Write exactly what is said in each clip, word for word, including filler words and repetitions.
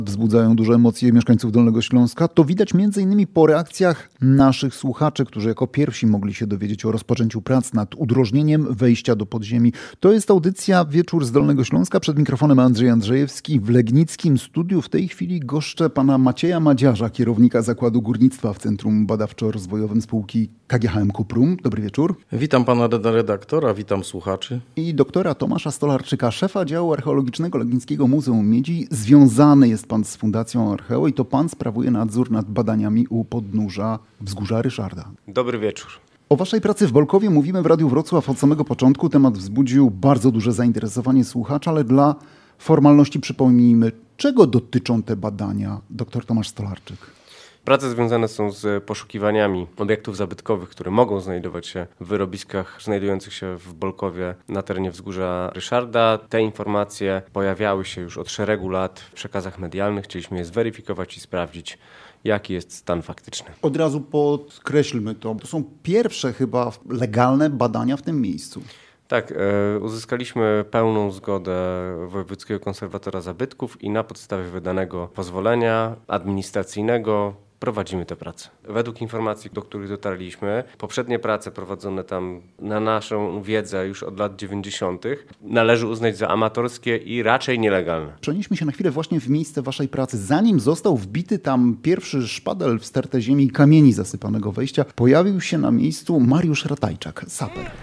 wzbudzają duże emocje mieszkańców Dolnego Śląska. To widać między innymi po reakcjach naszych słuchaczy, którzy jako pierwsi mogli się dowiedzieć o rozpoczęciu prac nad udrożnieniem wejścia do podziemi. To jest audycja Wieczór z Dolnego Śląska. Przed mikrofonem Andrzej Andrzejewski. W legnickim studiu w tej chwili goszczę pana Macieja Madziarza, kierownika Zakładu Górnictwa w Centrum Badawczo-Rozwojowym spółki K G H M Cuprum. Dobry wieczór. Witam pana redaktora, witam słuchaczy. I doktora Tomasza Stolarczyka, szefa działu archeologicznego Legnickiego Muzeum Miedzi. Związany jest pan z Fundacją Archeo i to pan sprawuje nadzór nad badaniami u podnóża wzgórza Ryszarda. Dobry wieczór. O waszej pracy w Bolkowie mówimy w Radiu Wrocław od samego początku. Temat wzbudził bardzo duże zainteresowanie słuchacza, ale dla formalności przypomnijmy, czego dotyczą te badania, dr Tomasz Stolarczyk. Prace związane są z poszukiwaniami obiektów zabytkowych, które mogą znajdować się w wyrobiskach znajdujących się w Bolkowie na terenie wzgórza Ryszarda. Te informacje pojawiały się już od szeregu lat w przekazach medialnych. Chcieliśmy je zweryfikować i sprawdzić, jaki jest stan faktyczny. Od razu podkreślmy to. To są pierwsze chyba legalne badania w tym miejscu. Tak, e, uzyskaliśmy pełną zgodę Wojewódzkiego Konserwatora Zabytków i na podstawie wydanego pozwolenia administracyjnego prowadzimy te prace. Według informacji, do których dotarliśmy, poprzednie prace prowadzone tam na naszą wiedzę już od lat dziewięćdziesiątych należy uznać za amatorskie i raczej nielegalne. Przenieśmy się na chwilę właśnie w miejsce waszej pracy. Zanim został wbity tam pierwszy szpadel w stertę ziemi i kamieni zasypanego wejścia, pojawił się na miejscu Mariusz Ratajczak, saper.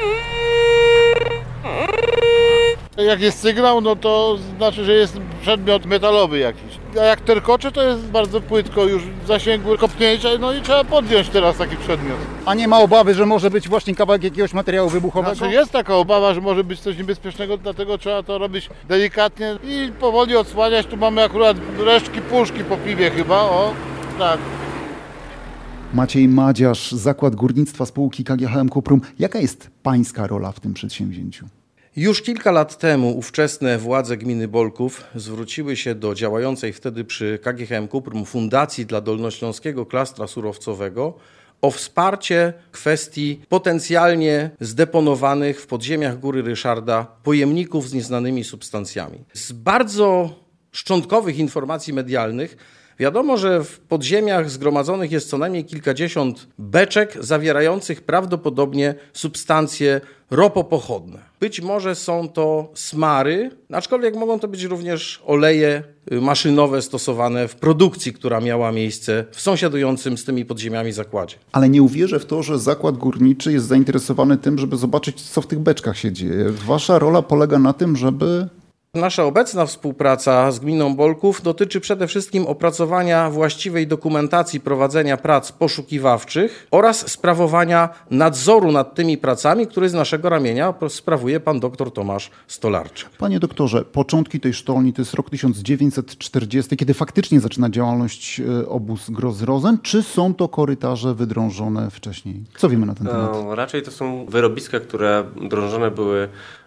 Jak jest sygnał, no to znaczy, że jest przedmiot metalowy jakiś. A jak terkocze, to jest bardzo płytko już w zasięgu kopnięcia, no i trzeba podjąć teraz taki przedmiot. A nie ma obawy, że może być właśnie kawałek jakiegoś materiału wybuchowego? Znaczy jest taka obawa, że może być coś niebezpiecznego, dlatego trzeba to robić delikatnie i powoli odsłaniać. Tu mamy akurat resztki puszki po piwie chyba, o, tak. Maciej Madziarz, Zakład Górnictwa spółki K G H M Cuprum. Jaka jest pańska rola w tym przedsięwzięciu? Już kilka lat temu ówczesne władze gminy Bolków zwróciły się do działającej wtedy przy K G H M Cuprum Fundacji dla Dolnośląskiego Klastra Surowcowego o wsparcie kwestii potencjalnie zdeponowanych w podziemiach Góry Ryszarda pojemników z nieznanymi substancjami. Z bardzo szczątkowych informacji medialnych wiadomo, że w podziemiach zgromadzonych jest co najmniej kilkadziesiąt beczek zawierających prawdopodobnie substancje ropopochodne. Być może są to smary, aczkolwiek mogą to być również oleje maszynowe stosowane w produkcji, która miała miejsce w sąsiadującym z tymi podziemiami zakładzie. Ale nie uwierzę w to, że zakład górniczy jest zainteresowany tym, żeby zobaczyć, co w tych beczkach się dzieje. Wasza rola polega na tym, żeby... Nasza obecna współpraca z gminą Bolków dotyczy przede wszystkim opracowania właściwej dokumentacji prowadzenia prac poszukiwawczych oraz sprawowania nadzoru nad tymi pracami, który z naszego ramienia sprawuje pan dr Tomasz Stolarczyk. Panie doktorze, początki tej sztolni to jest rok tysiąc dziewięćset czterdziesty, kiedy faktycznie zaczyna działalność obóz Gross-Rosen, czy są to korytarze wydrążone wcześniej? Co wiemy na ten temat? No, raczej to są wyrobiska, które drążone były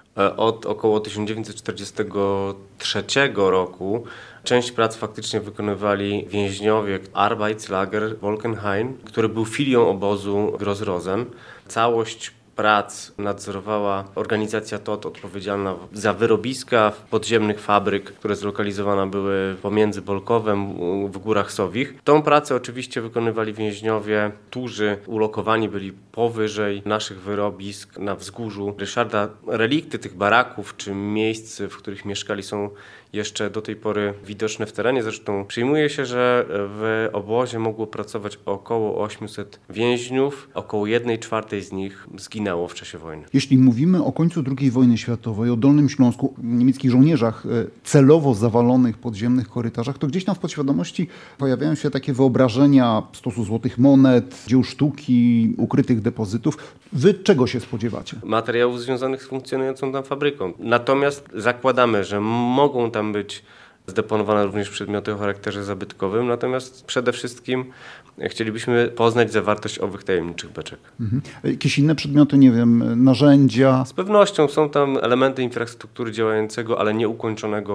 od około tysiąc dziewięćset czterdziestego trzeciego roku. Część prac faktycznie wykonywali więźniowie Arbeitslager Wolkenhain, który był filią obozu Gross-Rosen. Całość prac nadzorowała organizacja T O T odpowiedzialna za wyrobiska podziemnych fabryk, które zlokalizowane były pomiędzy Bolkowem w Górach Sowich. Tą pracę oczywiście wykonywali więźniowie, którzy ulokowani byli powyżej naszych wyrobisk na wzgórzu Ryszarda. Relikty tych baraków czy miejsc, w których mieszkali, są jeszcze do tej pory widoczne w terenie. Zresztą przyjmuje się, że w obozie mogło pracować około ośmiuset więźniów. Około jednej czwartej z nich zginęło w czasie wojny. Jeśli mówimy o końcu drugiej wojny światowej, o Dolnym Śląsku, niemieckich żołnierzach celowo zawalonych podziemnych korytarzach, to gdzieś tam w podświadomości pojawiają się takie wyobrażenia stosu złotych monet, dzieł sztuki, ukrytych depozytów. Wy czego się spodziewacie? Materiałów związanych z funkcjonującą tam fabryką. Natomiast zakładamy, że mogą tam być zdeponowane również przedmioty o charakterze zabytkowym, natomiast przede wszystkim chcielibyśmy poznać zawartość owych tajemniczych beczek. Mhm. Jakieś inne przedmioty, nie wiem, narzędzia? Z pewnością są tam elementy infrastruktury działającego, ale nieukończonego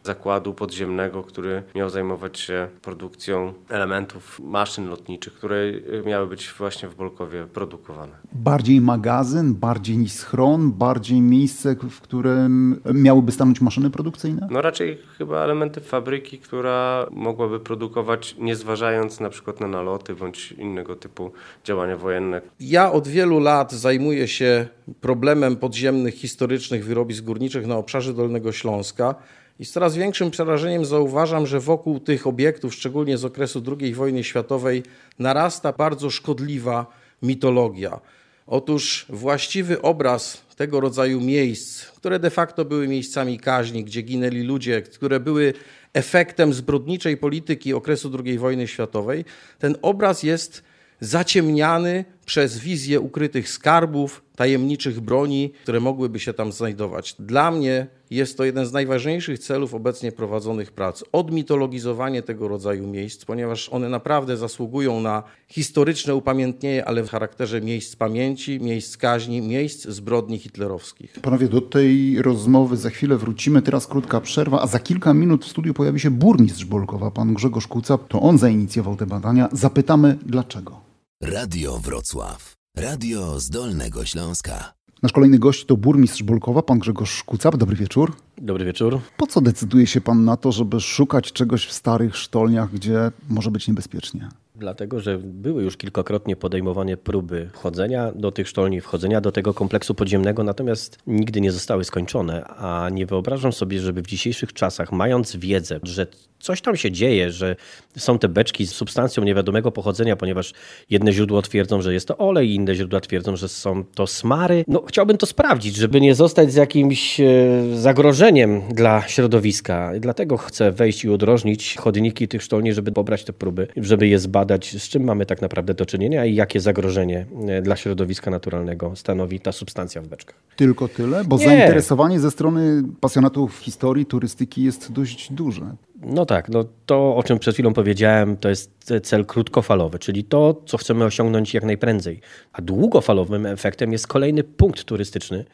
zakładu podziemnego, który miał zajmować się produkcją elementów maszyn lotniczych, które miały być właśnie w Bolkowie produkowane. Bardziej magazyn, bardziej niż schron, bardziej miejsce, w którym miałyby stanąć maszyny produkcyjne? No raczej chyba elementy fabryki, która mogłaby produkować, nie zważając na przykład na naloty bądź innego typu działania wojenne. Ja od wielu lat zajmuję się problemem podziemnych, historycznych wyrobisk górniczych na obszarze Dolnego Śląska i z coraz większym przerażeniem zauważam, że wokół tych obiektów, szczególnie z okresu drugiej wojny światowej, narasta bardzo szkodliwa mitologia. Otóż właściwy obraz tego rodzaju miejsc, które de facto były miejscami kaźni, gdzie ginęli ludzie, które były efektem zbrodniczej polityki okresu drugiej wojny światowej, ten obraz jest zaciemniany przez wizję ukrytych skarbów, tajemniczych broni, które mogłyby się tam znajdować. Dla mnie jest to jeden z najważniejszych celów obecnie prowadzonych prac. Odmitologizowanie tego rodzaju miejsc, ponieważ one naprawdę zasługują na historyczne upamiętnienie, ale w charakterze miejsc pamięci, miejsc kaźni, miejsc zbrodni hitlerowskich. Panowie, do tej rozmowy za chwilę wrócimy. Teraz krótka przerwa, a za kilka minut w studiu pojawi się burmistrz Bolkowa, pan Grzegorz Kucap. To on zainicjował te badania. Zapytamy dlaczego. Radio Wrocław. Radio z Dolnego Śląska. Nasz kolejny gość to burmistrz Bolkowa, pan Grzegorz Kucap. Dobry wieczór. Dobry wieczór. Po co decyduje się pan na to, żeby szukać czegoś w starych sztolniach, gdzie może być niebezpiecznie? Dlatego, że były już kilkakrotnie podejmowane próby wchodzenia do tych sztolni, wchodzenia do tego kompleksu podziemnego, natomiast nigdy nie zostały skończone, a nie wyobrażam sobie, żeby w dzisiejszych czasach, mając wiedzę, że coś tam się dzieje, że są te beczki z substancją niewiadomego pochodzenia, ponieważ jedne źródła twierdzą, że jest to olej, inne źródła twierdzą, że są to smary. No, chciałbym to sprawdzić, żeby nie zostać z jakimś zagrożeniem dla środowiska. Dlatego chcę wejść i udrożnić chodniki tych sztolni, żeby pobrać te próby, żeby je zbadać, z czym mamy tak naprawdę do czynienia i jakie zagrożenie dla środowiska naturalnego stanowi ta substancja w beczkach. Tylko tyle? Bo Nie. zainteresowanie ze strony pasjonatów historii, turystyki jest dość duże. No tak, no to o czym przed chwilą powiedziałem, to jest cel krótkofalowy, czyli to, co chcemy osiągnąć jak najprędzej. A długofalowym efektem jest kolejny punkt turystyczny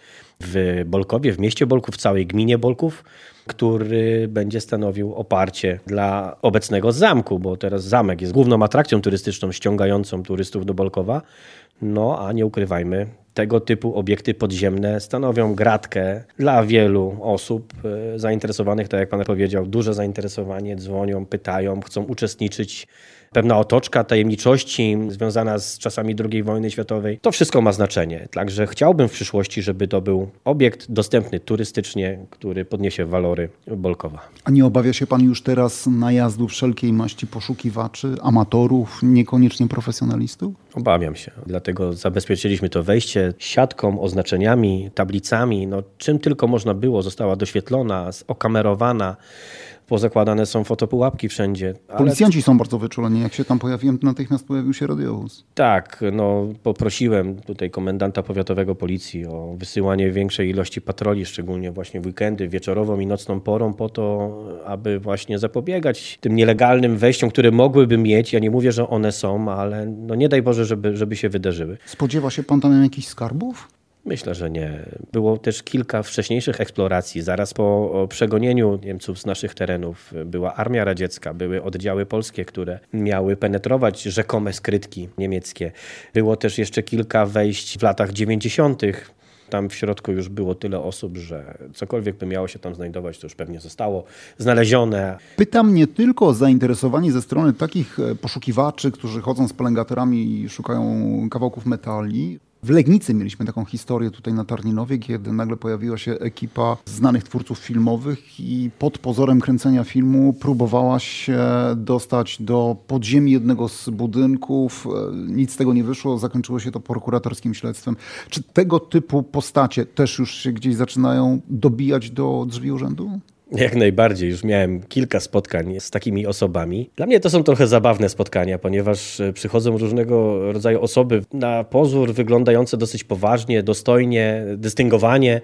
w Bolkowie, w mieście Bolków, w całej gminie Bolków, który będzie stanowił oparcie dla obecnego zamku, bo teraz zamek jest główną atrakcją turystyczną ściągającą turystów do Bolkowa. No a nie ukrywajmy, tego typu obiekty podziemne stanowią gratkę dla wielu osób zainteresowanych, tak jak pan powiedział, duże zainteresowanie, dzwonią, pytają, chcą uczestniczyć. Pewna otoczka tajemniczości związana z czasami drugiej wojny światowej. To wszystko ma znaczenie. Także chciałbym w przyszłości, żeby to był obiekt dostępny turystycznie, który podniesie walory Bolkowa. A nie obawia się pan już teraz najazdu wszelkiej maści poszukiwaczy, amatorów, niekoniecznie profesjonalistów? Obawiam się. Dlatego zabezpieczyliśmy to wejście siatką, oznaczeniami, tablicami. No, czym tylko można było, została doświetlona, okamerowana. Pozakładane są fotopułapki wszędzie. Ale... Policjanci są bardzo wyczuleni. Jak się tam pojawiłem, to natychmiast pojawił się radiowóz. Tak, no poprosiłem tutaj komendanta powiatowego policji o wysyłanie większej ilości patroli, szczególnie właśnie w weekendy, wieczorową i nocną porą, po to, aby właśnie zapobiegać tym nielegalnym wejściom, które mogłyby mieć. Ja nie mówię, że one są, ale no nie daj Boże, żeby, żeby się wydarzyły. Spodziewa się pan tam jakichś skarbów? Myślę, że nie. Było też kilka wcześniejszych eksploracji. Zaraz po przegonieniu Niemców z naszych terenów była armia radziecka, były oddziały polskie, które miały penetrować rzekome skrytki niemieckie. Było też jeszcze kilka wejść w latach dziewięćdziesiątych. Tam w środku już było tyle osób, że cokolwiek by miało się tam znajdować, to już pewnie zostało znalezione. Pytam nie tylko o zainteresowanie ze strony takich poszukiwaczy, którzy chodzą z pelengatorami i szukają kawałków metali. W Legnicy mieliśmy taką historię tutaj na Tarninowie, kiedy nagle pojawiła się ekipa znanych twórców filmowych i pod pozorem kręcenia filmu próbowała się dostać do podziemi jednego z budynków. Nic z tego nie wyszło, zakończyło się to prokuratorskim śledztwem. Czy tego typu postacie też już się gdzieś zaczynają dobijać do drzwi urzędu? Jak najbardziej. Już miałem kilka spotkań z takimi osobami. Dla mnie to są trochę zabawne spotkania, ponieważ przychodzą różnego rodzaju osoby na pozór wyglądające dosyć poważnie, dostojnie, dystyngowanie,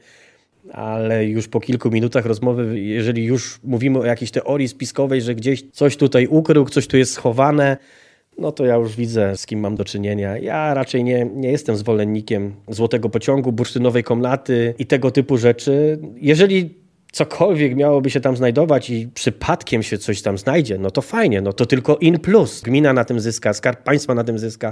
ale już po kilku minutach rozmowy, jeżeli już mówimy o jakiejś teorii spiskowej, że gdzieś coś tutaj ukrył, coś tu jest schowane, no to ja już widzę, z kim mam do czynienia. Ja raczej nie, nie jestem zwolennikiem złotego pociągu, bursztynowej komnaty i tego typu rzeczy. Jeżeli cokolwiek miałoby się tam znajdować i przypadkiem się coś tam znajdzie, no to fajnie, no to tylko in plus. Gmina na tym zyska, Skarb Państwa na tym zyska.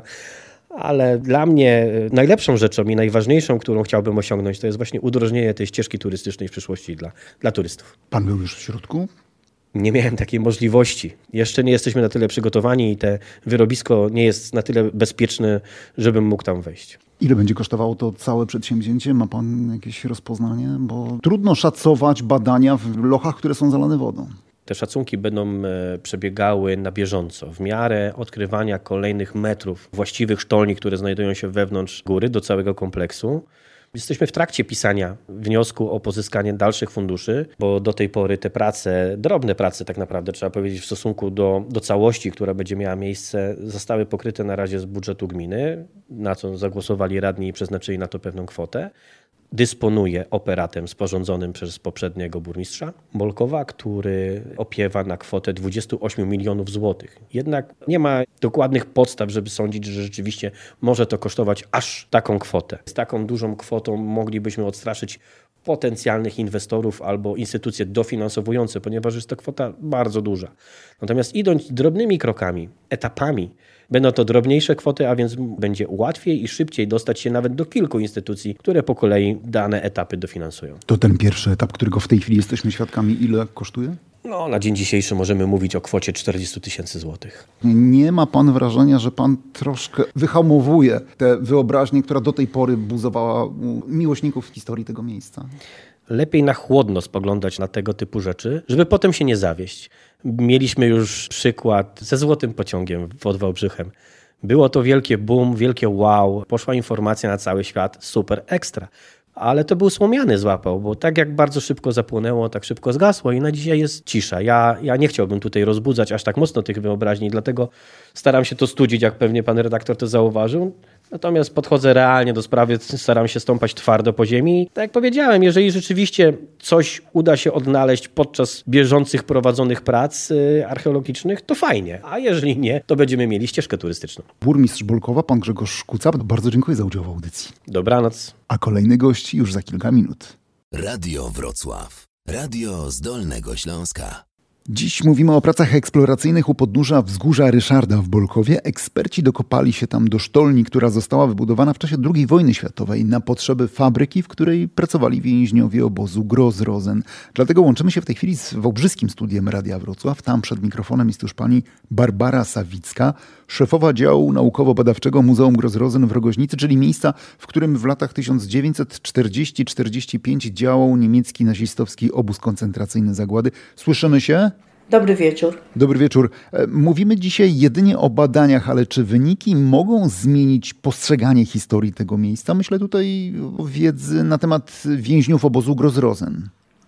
Ale dla mnie najlepszą rzeczą i najważniejszą, którą chciałbym osiągnąć, to jest właśnie udrożnienie tej ścieżki turystycznej w przyszłości dla, dla turystów. Pan był już w środku? Nie miałem takiej możliwości. Jeszcze nie jesteśmy na tyle przygotowani i te wyrobisko nie jest na tyle bezpieczne, żebym mógł tam wejść. Ile będzie kosztowało to całe przedsięwzięcie? Ma pan jakieś rozpoznanie? Bo trudno szacować badania w lochach, które są zalane wodą. Te szacunki będą przebiegały na bieżąco, w miarę odkrywania kolejnych metrów właściwych sztolni, które znajdują się wewnątrz góry do całego kompleksu. Jesteśmy w trakcie pisania wniosku o pozyskanie dalszych funduszy, bo do tej pory te prace, drobne prace tak naprawdę trzeba powiedzieć w stosunku do, do całości, która będzie miała miejsce, zostały pokryte na razie z budżetu gminy, na co zagłosowali radni i przeznaczyli na to pewną kwotę. Dysponuje operatem sporządzonym przez poprzedniego burmistrza Bolkowa, który opiewa na kwotę dwadzieścia osiem milionów złotych. Jednak nie ma dokładnych podstaw, żeby sądzić, że rzeczywiście może to kosztować aż taką kwotę. Z taką dużą kwotą moglibyśmy odstraszyć potencjalnych inwestorów albo instytucje dofinansowujące, ponieważ jest to kwota bardzo duża. Natomiast idąc drobnymi krokami, etapami, będą to drobniejsze kwoty, a więc będzie łatwiej i szybciej dostać się nawet do kilku instytucji, które po kolei dane etapy dofinansują. To ten pierwszy etap, którego w tej chwili jesteśmy świadkami, ile kosztuje? No, na dzień dzisiejszy możemy mówić o kwocie czterdzieści tysięcy złotych. Nie ma pan wrażenia, że pan troszkę wyhamowuje tę wyobraźnię, która do tej pory buzowała u miłośników historii tego miejsca? Lepiej na chłodno spoglądać na tego typu rzeczy, żeby potem się nie zawieść. Mieliśmy już przykład ze Złotym Pociągiem pod Wałbrzychem. Było to wielkie boom, wielkie wow. Poszła informacja na cały świat, super ekstra. Ale to był słomiany złapał, bo tak jak bardzo szybko zapłonęło, tak szybko zgasło i na dzisiaj jest cisza. Ja, ja nie chciałbym tutaj rozbudzać aż tak mocno tych wyobraźni, dlatego staram się to studzić, jak pewnie pan redaktor to zauważył. Natomiast podchodzę realnie do sprawy, staram się stąpać twardo po ziemi. Tak jak powiedziałem, jeżeli rzeczywiście coś uda się odnaleźć podczas bieżących prowadzonych prac archeologicznych, to fajnie. A jeżeli nie, to będziemy mieli ścieżkę turystyczną. Burmistrz Bolkowa, pan Grzegorz Szkuca, bardzo dziękuję za udział w audycji. Dobranoc. A kolejny gość już za kilka minut. Radio Wrocław. Radio z Dolnego Śląska. Dziś mówimy o pracach eksploracyjnych u podnóża wzgórza Ryszarda w Bolkowie. Eksperci dokopali się tam do sztolni, która została wybudowana w czasie drugiej wojny światowej na potrzeby fabryki, w której pracowali więźniowie obozu Gross-Rosen. Dlatego łączymy się w tej chwili z wałbrzyskim studiem Radia Wrocław. Tam przed mikrofonem jest już pani Barbara Sawicka, szefowa działu naukowo-badawczego Muzeum Gross-Rosen w Rogoźnicy, czyli miejsca, w którym w latach tysiąc dziewięćset czterdziesty do czterdziestego piątego działał niemiecki nazistowski obóz koncentracyjny zagłady. Słyszymy się? Dobry wieczór. Dobry wieczór. Mówimy dzisiaj jedynie o badaniach, ale czy wyniki mogą zmienić postrzeganie historii tego miejsca? Myślę tutaj o wiedzy na temat więźniów obozu Gross-Rosen.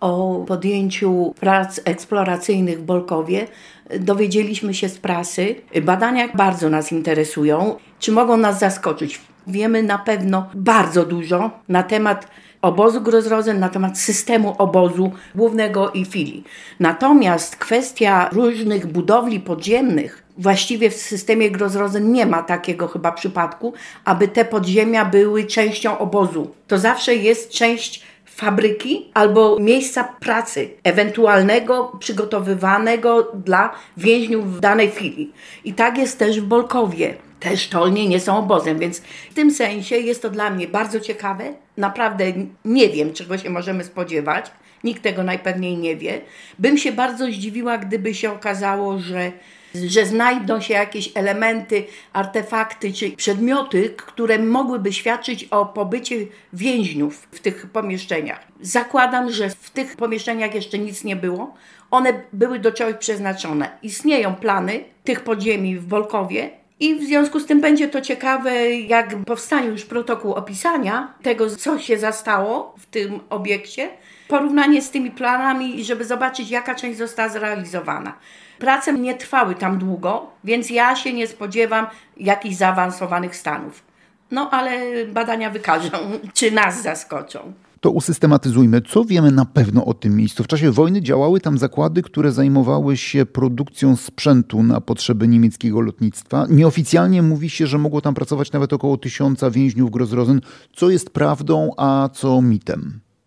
O podjęciu prac eksploracyjnych w Bolkowie dowiedzieliśmy się z prasy. Badania bardzo nas interesują. Czy mogą nas zaskoczyć? Wiemy na pewno bardzo dużo na temat obozu Gross-Rosen, na temat systemu obozu głównego i filii. Natomiast kwestia różnych budowli podziemnych, właściwie w systemie Gross-Rosen nie ma takiego chyba przypadku, aby te podziemia były częścią obozu. To zawsze jest część fabryki albo miejsca pracy, ewentualnego przygotowywanego dla więźniów w danej filii. I tak jest też w Bolkowie. Te sztolnie nie są obozem, więc w tym sensie jest to dla mnie bardzo ciekawe. Naprawdę nie wiem, czego się możemy spodziewać. Nikt tego najpewniej nie wie. Bym się bardzo zdziwiła, gdyby się okazało, że, że znajdą się jakieś elementy, artefakty czy przedmioty, które mogłyby świadczyć o pobycie więźniów w tych pomieszczeniach. Zakładam, że w tych pomieszczeniach jeszcze nic nie było. One były do czegoś przeznaczone. Istnieją plany tych podziemi w Bolkowie. I w związku z tym będzie to ciekawe, jak powstanie już protokół opisania tego, co się zastało w tym obiekcie, porównanie z tymi planami, żeby zobaczyć, jaka część została zrealizowana. Prace nie trwały tam długo, więc ja się nie spodziewam jakichś zaawansowanych stanów. No ale badania wykażą, czy nas zaskoczą. To usystematyzujmy. Co wiemy na pewno o tym miejscu? W czasie wojny działały tam zakłady, które zajmowały się produkcją sprzętu na potrzeby niemieckiego lotnictwa. Nieoficjalnie mówi się, że mogło tam pracować nawet około tysiąca więźniów Gross-Rosen. Co jest prawdą, a co mitem?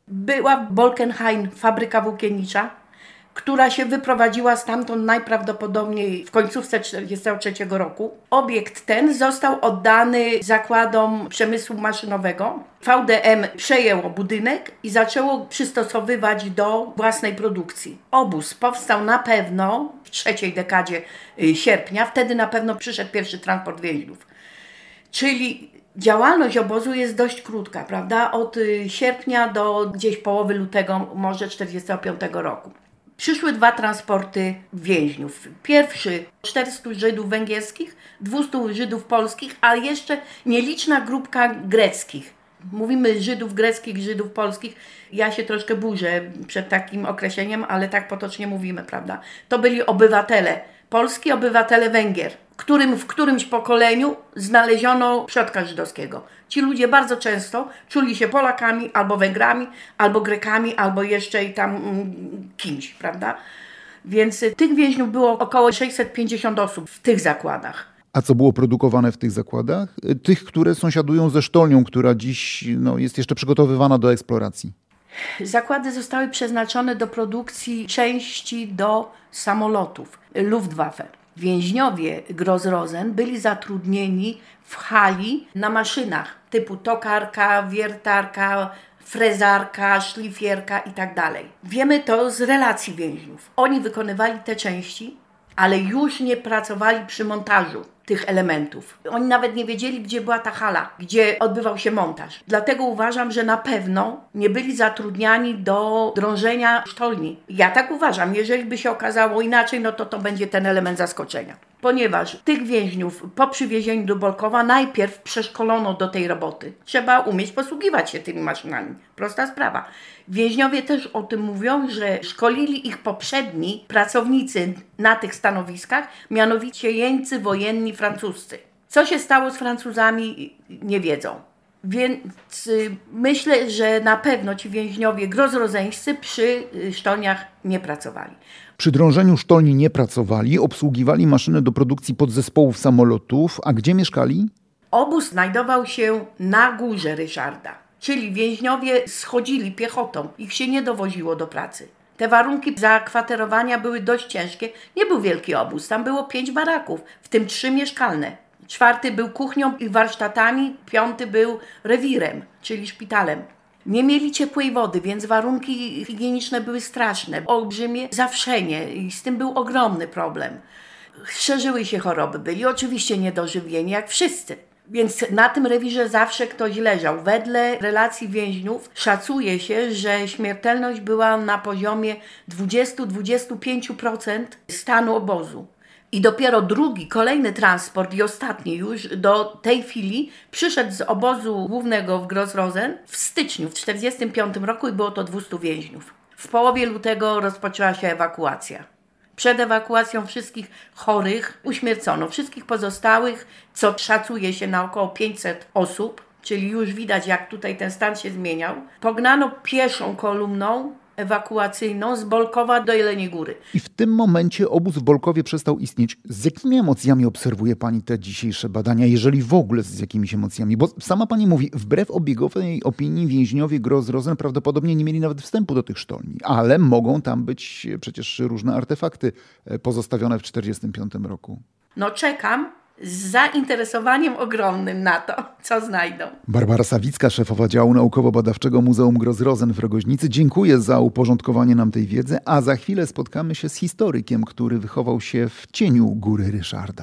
Była Bolkenhain, fabryka włókiennicza, która się wyprowadziła stamtąd najprawdopodobniej w końcówce tysiąc dziewięćset czterdziestego trzeciego roku. Obiekt ten został oddany zakładom przemysłu maszynowego. V D M przejęło budynek i zaczęło przystosowywać do własnej produkcji. Obóz powstał na pewno w trzeciej dekadzie sierpnia, wtedy na pewno przyszedł pierwszy transport więźniów. Czyli działalność obozu jest dość krótka, prawda? Od sierpnia do gdzieś połowy lutego może tysiąc dziewięćset czterdziestego piątego roku. Przyszły dwa transporty więźniów. Pierwszy czterystu Żydów węgierskich, dwustu Żydów polskich, a jeszcze nieliczna grupka greckich. Mówimy Żydów greckich, Żydów polskich. Ja się troszkę burzę przed takim określeniem, ale tak potocznie mówimy, prawda? To byli obywatele polskie, obywatele Węgier, którym w którymś pokoleniu znaleziono przodka żydowskiego. Ci ludzie bardzo często czuli się Polakami, albo Węgrami, albo Grekami, albo jeszcze i tam mm, kimś, prawda? Więc tych więźniów było około sześćset pięćdziesiąt osób w tych zakładach. A co było produkowane w tych zakładach? Tych, które sąsiadują ze sztolnią, która dziś no, jest jeszcze przygotowywana do eksploracji. Zakłady zostały przeznaczone do produkcji części do samolotów Luftwaffe. Więźniowie Gross-Rosen byli zatrudnieni w hali na maszynach typu tokarka, wiertarka, frezarka, szlifierka i tak dalej. Wiemy to z relacji więźniów. Oni wykonywali te części, ale już nie pracowali przy montażu tych elementów. Oni nawet nie wiedzieli, gdzie była ta hala, gdzie odbywał się montaż. Dlatego uważam, że na pewno nie byli zatrudniani do drążenia sztolni. Ja tak uważam. Jeżeli by się okazało inaczej, no to to będzie ten element zaskoczenia. Ponieważ tych więźniów po przywiezieniu do Bolkowa najpierw przeszkolono do tej roboty. Trzeba umieć posługiwać się tymi maszynami. Prosta sprawa. Więźniowie też o tym mówią, że szkolili ich poprzedni pracownicy na tych stanowiskach, mianowicie jeńcy wojenni francuscy. Co się stało z Francuzami, nie wiedzą. Więc y, myślę, że na pewno ci więźniowie grossroseńscy przy y, sztolniach nie pracowali. Przy drążeniu sztolni nie pracowali, obsługiwali maszyny do produkcji podzespołów samolotów. A gdzie mieszkali? Obóz znajdował się na górze Ryszarda, czyli więźniowie schodzili piechotą, ich się nie dowoziło do pracy. Te warunki zakwaterowania były dość ciężkie. Nie był wielki obóz, tam było pięć baraków, w tym trzy mieszkalne. Czwarty był kuchnią i warsztatami, piąty był rewirem, czyli szpitalem. Nie mieli ciepłej wody, więc warunki higieniczne były straszne. Olbrzymie zawszenie i z tym był ogromny problem. Szerzyły się choroby, byli oczywiście niedożywieni jak wszyscy. Więc na tym rewirze zawsze ktoś leżał. Wedle relacji więźniów szacuje się, że śmiertelność była na poziomie dwadzieścia do dwudziestu pięciu procent stanu obozu. I dopiero drugi, kolejny transport i ostatni już do tej chwili przyszedł z obozu głównego w Gross-Rosen w styczniu w tysiąc dziewięćset czterdziestym piątym roku i było to dwieście więźniów. W połowie lutego rozpoczęła się ewakuacja. Przed ewakuacją wszystkich chorych uśmiercono. Wszystkich pozostałych, co szacuje się na około pięćset osób, czyli już widać, jak tutaj ten stan się zmieniał, pognano pieszą kolumną ewakuacyjną z Bolkowa do Jeleniej Góry. I w tym momencie obóz w Bolkowie przestał istnieć. Z jakimi emocjami obserwuje pani te dzisiejsze badania, jeżeli w ogóle z jakimiś emocjami? Bo sama pani mówi, wbrew obiegowej opinii więźniowie Gross-Rosen prawdopodobnie nie mieli nawet wstępu do tych sztolni, ale mogą tam być przecież różne artefakty pozostawione w tysiąc dziewięćset czterdziestym piątym roku. No czekam z zainteresowaniem ogromnym na to, co znajdą. Barbara Sawicka, szefowa działu naukowo-badawczego Muzeum Gross-Rosen w Rogoźnicy. Dziękuję za uporządkowanie nam tej wiedzy, a za chwilę spotkamy się z historykiem, który wychował się w cieniu Góry Ryszarda.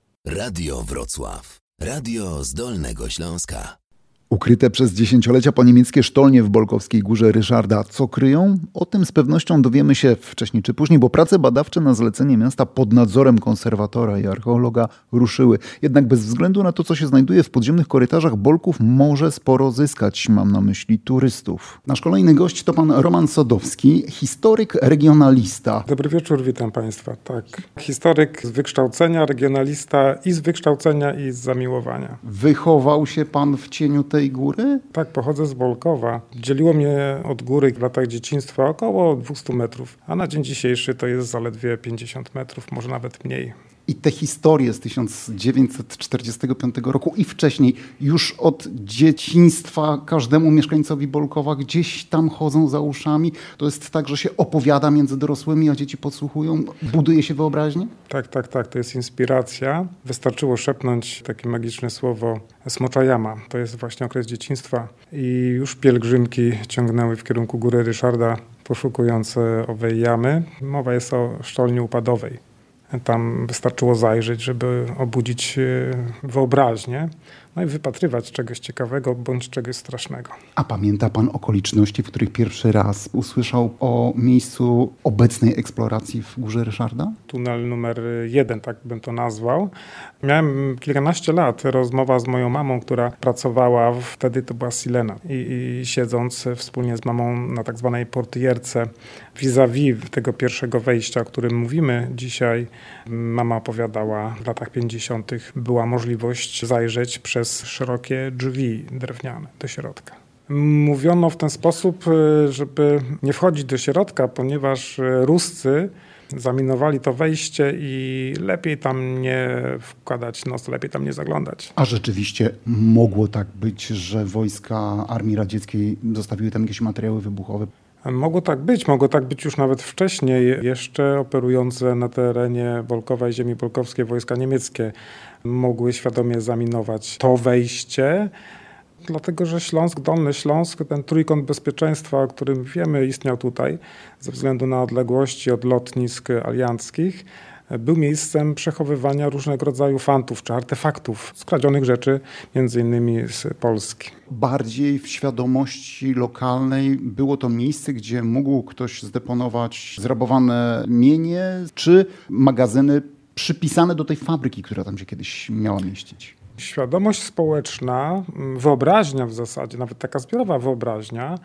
Radio Wrocław. Radio z Dolnego Śląska. Ukryte przez dziesięciolecia poniemieckie sztolnie w Bolkowskiej Górze Ryszarda. Co kryją? O tym z pewnością dowiemy się wcześniej czy później, bo prace badawcze na zlecenie miasta pod nadzorem konserwatora i archeologa ruszyły. Jednak bez względu na to, co się znajduje w podziemnych korytarzach Bolków, może sporo zyskać. Mam na myśli turystów. Nasz kolejny gość to pan Roman Sodowski, historyk, regionalista. Dobry wieczór, witam państwa. Tak, historyk z wykształcenia, regionalista i z wykształcenia i z zamiłowania. Wychował się pan w cieniu tej tej góry? Tak, pochodzę z Bolkowa. Dzieliło mnie od góry w latach dzieciństwa około dwieście metrów, a na dzień dzisiejszy to jest zaledwie pięćdziesiąt metrów, może nawet mniej. I te historie z tysiąc dziewięćset czterdziestego piątego roku i wcześniej, już od dzieciństwa każdemu mieszkańcowi Bolkowa gdzieś tam chodzą za uszami. To jest tak, że się opowiada między dorosłymi, a dzieci podsłuchują. Buduje się wyobraźnię? Tak, tak, tak. To jest inspiracja. Wystarczyło szepnąć takie magiczne słowo Smocza Jama. To jest właśnie okres dzieciństwa. I już pielgrzymki ciągnęły w kierunku Góry Ryszarda, poszukujące owej jamy. Mowa jest o szczelni upadowej. Tam wystarczyło zajrzeć, żeby obudzić wyobraźnię, no i wypatrywać czegoś ciekawego bądź czegoś strasznego. A pamięta pan okoliczności, w których pierwszy raz usłyszał o miejscu obecnej eksploracji w Górze Ryszarda? Tunel numer jeden, tak bym to nazwał. Miałem kilkanaście lat, rozmowa z moją mamą, która pracowała, wtedy to była Silena. I, i siedząc wspólnie z mamą na tak zwanej portierce vis-a-vis tego pierwszego wejścia, o którym mówimy dzisiaj, mama opowiadała, w latach pięćdziesiątych była możliwość zajrzeć przez szerokie drzwi drewniane do środka. Mówiono w ten sposób, żeby nie wchodzić do środka, ponieważ Ruscy zaminowali to wejście i lepiej tam nie wkładać nos, lepiej tam nie zaglądać. A rzeczywiście mogło tak być, że wojska Armii Radzieckiej zostawiły tam jakieś materiały wybuchowe? Mogło tak być, mogło tak być już nawet wcześniej, jeszcze operujące na terenie Bolkowa i ziemi bolkowskiej wojska niemieckie mogły świadomie zaminować to wejście, dlatego że Śląsk, Dolny Śląsk, ten trójkąt bezpieczeństwa, o którym wiemy, istniał tutaj ze względu na odległości od lotnisk alianckich, był miejscem przechowywania różnego rodzaju fantów czy artefaktów, skradzionych rzeczy, między innymi z Polski. Bardziej w świadomości lokalnej było to miejsce, gdzie mógł ktoś zdeponować zrabowane mienie czy magazyny przypisane do tej fabryki, która tam się kiedyś miała mieścić. Świadomość społeczna, wyobraźnia w zasadzie, nawet taka zbiorowa wyobraźnia,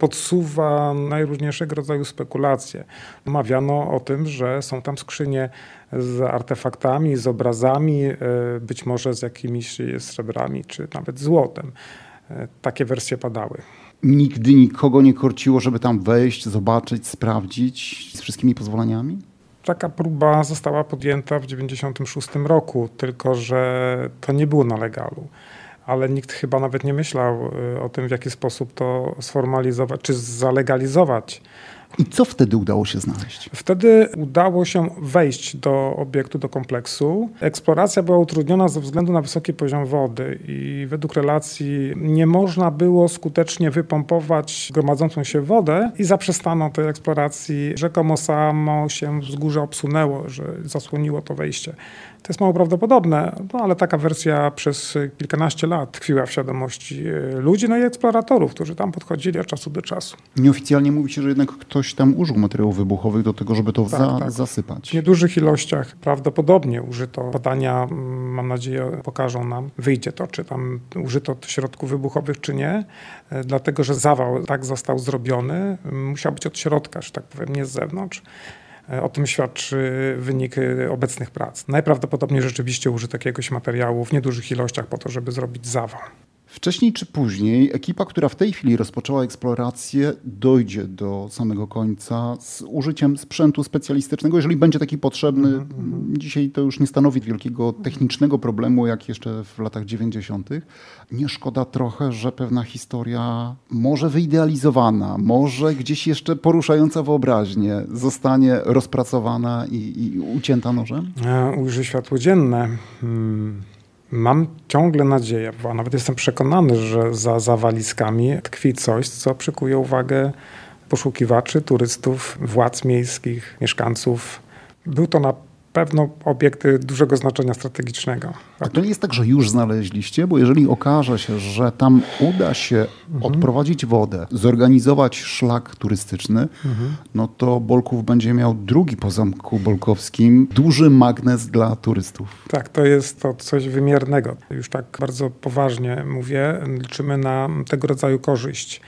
podsuwa najróżniejszego rodzaju spekulacje. Mawiano o tym, że są tam skrzynie z artefaktami, z obrazami, być może z jakimiś srebrami czy nawet złotem. Takie wersje padały. Nigdy nikogo nie korciło, żeby tam wejść, zobaczyć, sprawdzić z wszystkimi pozwoleniami? Taka próba została podjęta w dziewięćdziesiątym szóstym roku, tylko że to nie było na legalu. Ale nikt chyba nawet nie myślał o tym, w jaki sposób to sformalizować czy zalegalizować. I co wtedy udało się znaleźć? Wtedy udało się wejść do obiektu, do kompleksu. Eksploracja była utrudniona ze względu na wysoki poziom wody i według relacji nie można było skutecznie wypompować gromadzącą się wodę i zaprzestano tej eksploracji. Rzekomo samo się wzgórze obsunęło, że zasłoniło to wejście. To jest mało prawdopodobne, no ale taka wersja przez kilkanaście lat tkwiła w świadomości ludzi, no i eksploratorów, którzy tam podchodzili od czasu do czasu. Nieoficjalnie mówi się, że jednak ktoś tam użył materiałów wybuchowych do tego, żeby to tak, za, tak. zasypać. W niedużych ilościach prawdopodobnie użyto. Badania, mam nadzieję, pokażą nam, wyjdzie to, czy tam użyto środków wybuchowych, czy nie, dlatego że zawał tak został zrobiony, musiał być od środka, że tak powiem, nie z zewnątrz. O tym świadczy wynik obecnych prac. Najprawdopodobniej rzeczywiście użyto jakiegoś materiału w niedużych ilościach po to, żeby zrobić zawał. Wcześniej czy później ekipa, która w tej chwili rozpoczęła eksplorację, dojdzie do samego końca z użyciem sprzętu specjalistycznego, jeżeli będzie taki potrzebny. Mm-hmm. Dzisiaj to już nie stanowi wielkiego technicznego problemu, jak jeszcze w latach dziewięćdziesiątych. Nie szkoda trochę, że pewna historia może wyidealizowana, może gdzieś jeszcze poruszająca wyobraźnię zostanie rozpracowana i, i ucięta nożem? Ujrzy światło dzienne. Hmm. Mam ciągle nadzieję, bo nawet jestem przekonany, że za zawaliskami tkwi coś, co przykuje uwagę poszukiwaczy, turystów, władz miejskich, mieszkańców. Był to na pewno obiekt dużego znaczenia strategicznego. A to nie jest tak, że już znaleźliście, bo jeżeli okaże się, że tam uda się mhm. odprowadzić wodę, zorganizować szlak turystyczny, mhm. no to Bolków będzie miał drugi po Zamku Bolkowskim duży magnes dla turystów. Tak, to jest to coś wymiernego. Już tak bardzo poważnie mówię, liczymy na tego rodzaju korzyść.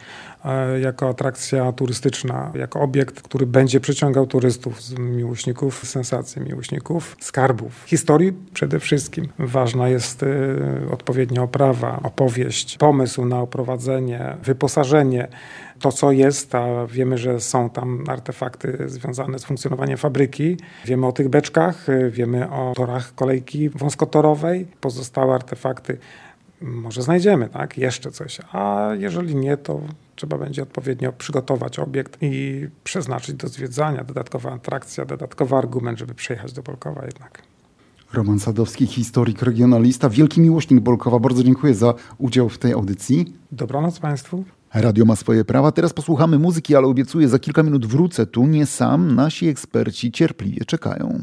jako atrakcja turystyczna, jako obiekt, który będzie przyciągał turystów, miłośników sensacji, miłośników skarbów, historii przede wszystkim. Ważna jest odpowiednia oprawa, opowieść, pomysł na oprowadzenie, wyposażenie. To, co jest, a wiemy, że są tam artefakty związane z funkcjonowaniem fabryki. Wiemy o tych beczkach, wiemy o torach kolejki wąskotorowej. Pozostałe artefakty może znajdziemy, tak? Jeszcze coś. A jeżeli nie, to trzeba będzie odpowiednio przygotować obiekt i przeznaczyć do zwiedzania. Dodatkowa atrakcja, dodatkowy argument, żeby przyjechać do Bolkowa jednak. Roman Sadowski, historyk, regionalista, wielki miłośnik Bolkowa. Bardzo dziękuję za udział w tej audycji. Dobranoc Państwu. Radio ma swoje prawa. Teraz posłuchamy muzyki, ale obiecuję, za kilka minut wrócę tu. Nie sam, nasi eksperci cierpliwie czekają.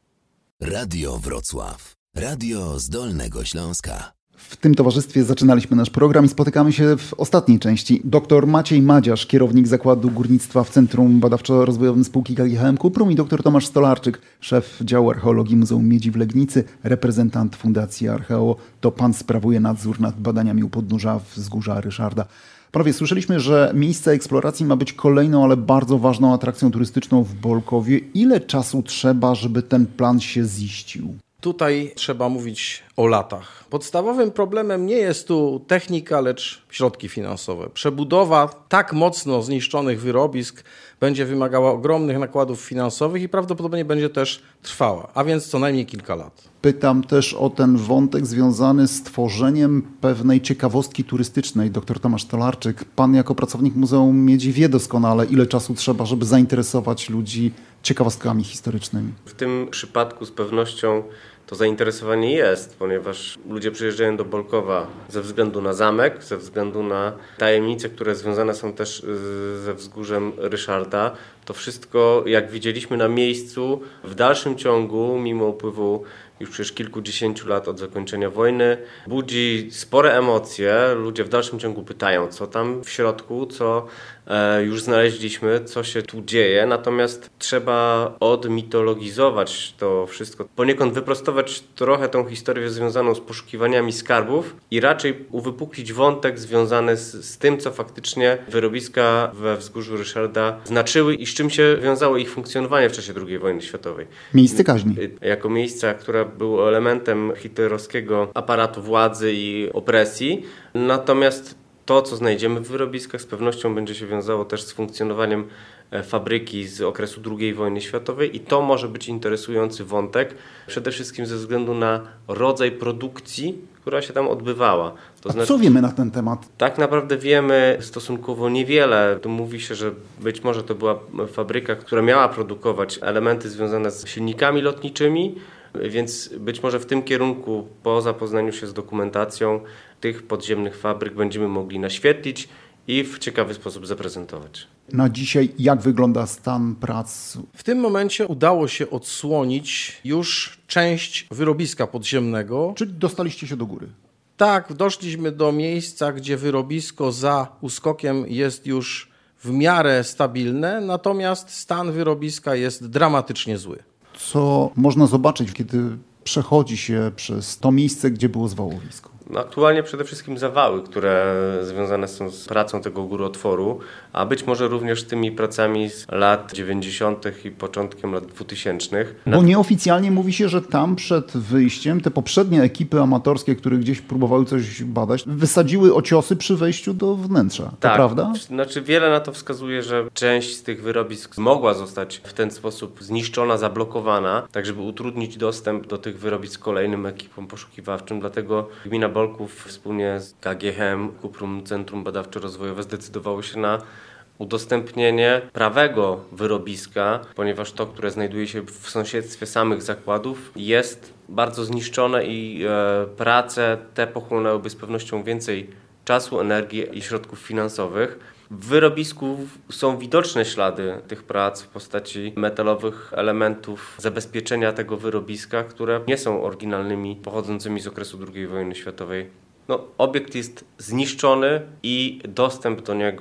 Radio Wrocław. Radio z Dolnego Śląska. W tym towarzystwie zaczynaliśmy nasz program i spotykamy się w ostatniej części. Doktor Maciej Madziarz, kierownik Zakładu Górnictwa w Centrum Badawczo-Rozwojowym spółki K G H M Cuprum, i doktor Tomasz Stolarczyk, szef działu archeologii Muzeum Miedzi w Legnicy, reprezentant Fundacji Archeo. To pan sprawuje nadzór nad badaniami u podnóża wzgórza Ryszarda. Panowie, słyszeliśmy, że miejsce eksploracji ma być kolejną, ale bardzo ważną atrakcją turystyczną w Bolkowie. Ile czasu trzeba, żeby ten plan się ziścił? Tutaj trzeba mówić o latach. Podstawowym problemem nie jest tu technika, lecz środki finansowe. Przebudowa tak mocno zniszczonych wyrobisk będzie wymagała ogromnych nakładów finansowych i prawdopodobnie będzie też trwała, a więc co najmniej kilka lat. Pytam też o ten wątek związany z tworzeniem pewnej ciekawostki turystycznej. Doktor Tomasz Stolarczyk, pan jako pracownik Muzeum Miedzi wie doskonale, ile czasu trzeba, żeby zainteresować ludzi ciekawostkami historycznymi. W tym przypadku z pewnością to zainteresowanie jest, ponieważ ludzie przyjeżdżają do Bolkowa ze względu na zamek, ze względu na tajemnice, które związane są też ze wzgórzem Ryszarda. To wszystko, jak widzieliśmy na miejscu, w dalszym ciągu, mimo upływu już przecież kilkudziesięciu lat od zakończenia wojny, budzi spore emocje. Ludzie w dalszym ciągu pytają, co tam w środku, co e, już znaleźliśmy, co się tu dzieje. Natomiast trzeba odmitologizować to wszystko, poniekąd wyprostować trochę tą historię związaną z poszukiwaniami skarbów i raczej uwypuklić wątek związany z, z tym, co faktycznie wyrobiska we wzgórzu Ryszarda znaczyły i z czym się wiązało ich funkcjonowanie w czasie drugiej wojny światowej. Miejsce kaźni. Jako miejsca, które było elementem hitlerowskiego aparatu władzy i opresji. Natomiast to, co znajdziemy w wyrobiskach, z pewnością będzie się wiązało też z funkcjonowaniem fabryki z okresu drugiej wojny światowej i to może być interesujący wątek, przede wszystkim ze względu na rodzaj produkcji, która się tam odbywała. To A znaczy, co wiemy na ten temat? Tak naprawdę wiemy stosunkowo niewiele. Tu mówi się, że być może to była fabryka, która miała produkować elementy związane z silnikami lotniczymi, więc być może w tym kierunku, po zapoznaniu się z dokumentacją tych podziemnych fabryk, będziemy mogli naświetlić i w ciekawy sposób zaprezentować. Na dzisiaj jak wygląda stan prac? W tym momencie udało się odsłonić już część wyrobiska podziemnego. Czyli dostaliście się do góry? Tak, doszliśmy do miejsca, gdzie wyrobisko za uskokiem jest już w miarę stabilne, natomiast stan wyrobiska jest dramatycznie zły. Co można zobaczyć, kiedy przechodzi się przez to miejsce, gdzie było zwałowisko? No, aktualnie przede wszystkim zawały, które związane są z pracą tego górotworu, a być może również tymi pracami z lat dziewięćdziesiątych i początkiem lat dwutysięcznych. Bo nieoficjalnie mówi się, że tam przed wyjściem te poprzednie ekipy amatorskie, które gdzieś próbowały coś badać, wysadziły ociosy przy wejściu do wnętrza. To tak, prawda? Znaczy wiele na to wskazuje, że część z tych wyrobisk mogła zostać w ten sposób zniszczona, zablokowana, tak żeby utrudnić dostęp do tych wyrobisk kolejnym ekipom poszukiwawczym. Dlatego gmina Bolków wspólnie z K G H M Cuprum Centrum Badawczo-Rozwojowe zdecydowało się na udostępnienie prawego wyrobiska, ponieważ to, które znajduje się w sąsiedztwie samych zakładów, jest bardzo zniszczone i e, prace te pochłonęłyby z pewnością więcej czasu, energii i środków finansowych. W wyrobisku są widoczne ślady tych prac w postaci metalowych elementów zabezpieczenia tego wyrobiska, które nie są oryginalnymi, pochodzącymi z okresu drugiej wojny światowej. No, obiekt jest zniszczony i dostęp do niego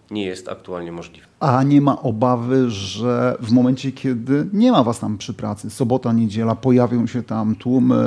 nie jest aktualnie możliwe. A nie ma obawy, że w momencie, kiedy nie ma was tam przy pracy, sobota, niedziela, pojawią się tam tłumy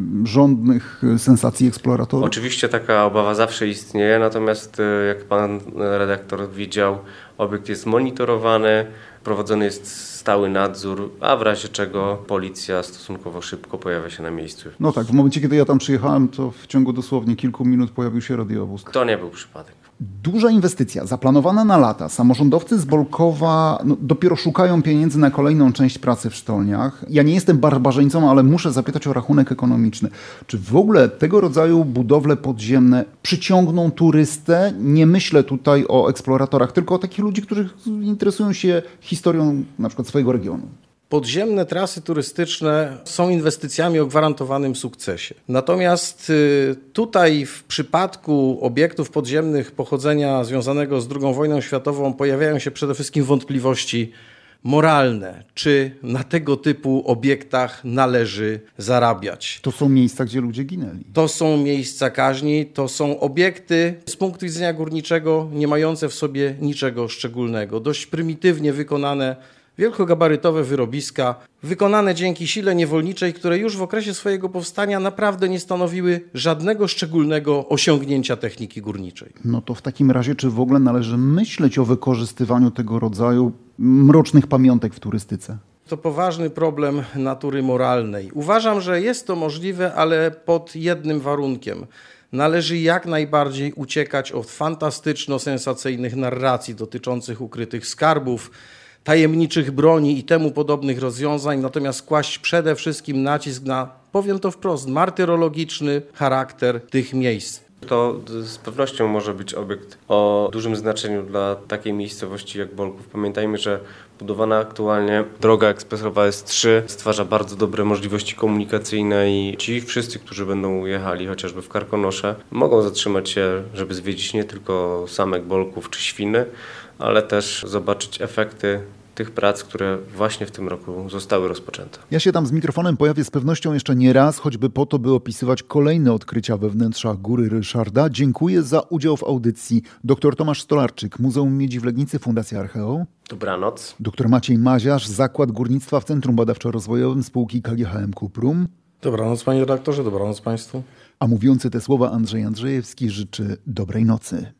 żądnych sensacji eksploratorów? Oczywiście taka obawa zawsze istnieje, natomiast jak pan redaktor widział, obiekt jest monitorowany, prowadzony jest stały nadzór, a w razie czego policja stosunkowo szybko pojawia się na miejscu. No tak, w momencie, kiedy ja tam przyjechałem, to w ciągu dosłownie kilku minut pojawił się radiowóz. To nie był przypadek. Duża inwestycja, zaplanowana na lata. Samorządowcy z Bolkowa no, dopiero szukają pieniędzy na kolejną część pracy w sztolniach. Ja nie jestem barbarzyńcą, ale muszę zapytać o rachunek ekonomiczny. Czy w ogóle tego rodzaju budowle podziemne przyciągną turystę? Nie myślę tutaj o eksploratorach, tylko o takich ludzi, którzy interesują się historią na przykład swojego regionu. Podziemne trasy turystyczne są inwestycjami o gwarantowanym sukcesie. Natomiast tutaj w przypadku obiektów podziemnych pochodzenia związanego z drugą wojną światową pojawiają się przede wszystkim wątpliwości moralne. Czy na tego typu obiektach należy zarabiać? To są miejsca, gdzie ludzie ginęli. To są miejsca kaźni, to są obiekty z punktu widzenia górniczego nie mające w sobie niczego szczególnego. Dość prymitywnie wykonane wielkogabarytowe wyrobiska, wykonane dzięki sile niewolniczej, które już w okresie swojego powstania naprawdę nie stanowiły żadnego szczególnego osiągnięcia techniki górniczej. No to w takim razie, czy w ogóle należy myśleć o wykorzystywaniu tego rodzaju mrocznych pamiątek w turystyce? To poważny problem natury moralnej. Uważam, że jest to możliwe, ale pod jednym warunkiem. Należy jak najbardziej uciekać od fantastyczno-sensacyjnych narracji dotyczących ukrytych skarbów, tajemniczych broni i temu podobnych rozwiązań, natomiast kłaść przede wszystkim nacisk na, powiem to wprost, martyrologiczny charakter tych miejsc. To z pewnością może być obiekt o dużym znaczeniu dla takiej miejscowości jak Bolków. Pamiętajmy, że budowana aktualnie droga ekspresowa S trzy stwarza bardzo dobre możliwości komunikacyjne i ci wszyscy, którzy będą jechali chociażby w Karkonosze, mogą zatrzymać się, żeby zwiedzić nie tylko zamek Bolków czy Świny, ale też zobaczyć efekty tych prac, które właśnie w tym roku zostały rozpoczęte. Ja się tam z mikrofonem pojawię z pewnością jeszcze nie raz, choćby po to, by opisywać kolejne odkrycia we wnętrzach Góry Ryszarda. Dziękuję za udział w audycji dr Tomasz Stolarczyk, Muzeum Miedzi w Legnicy, Fundacja Archeo. Dobranoc. Dr Maciej Maziarz, Zakład Górnictwa w Centrum Badawczo-Rozwojowym spółki K G H M Cuprum. Dobranoc panie redaktorze, dobranoc państwu. A mówiący te słowa Andrzej Andrzejewski życzy dobrej nocy.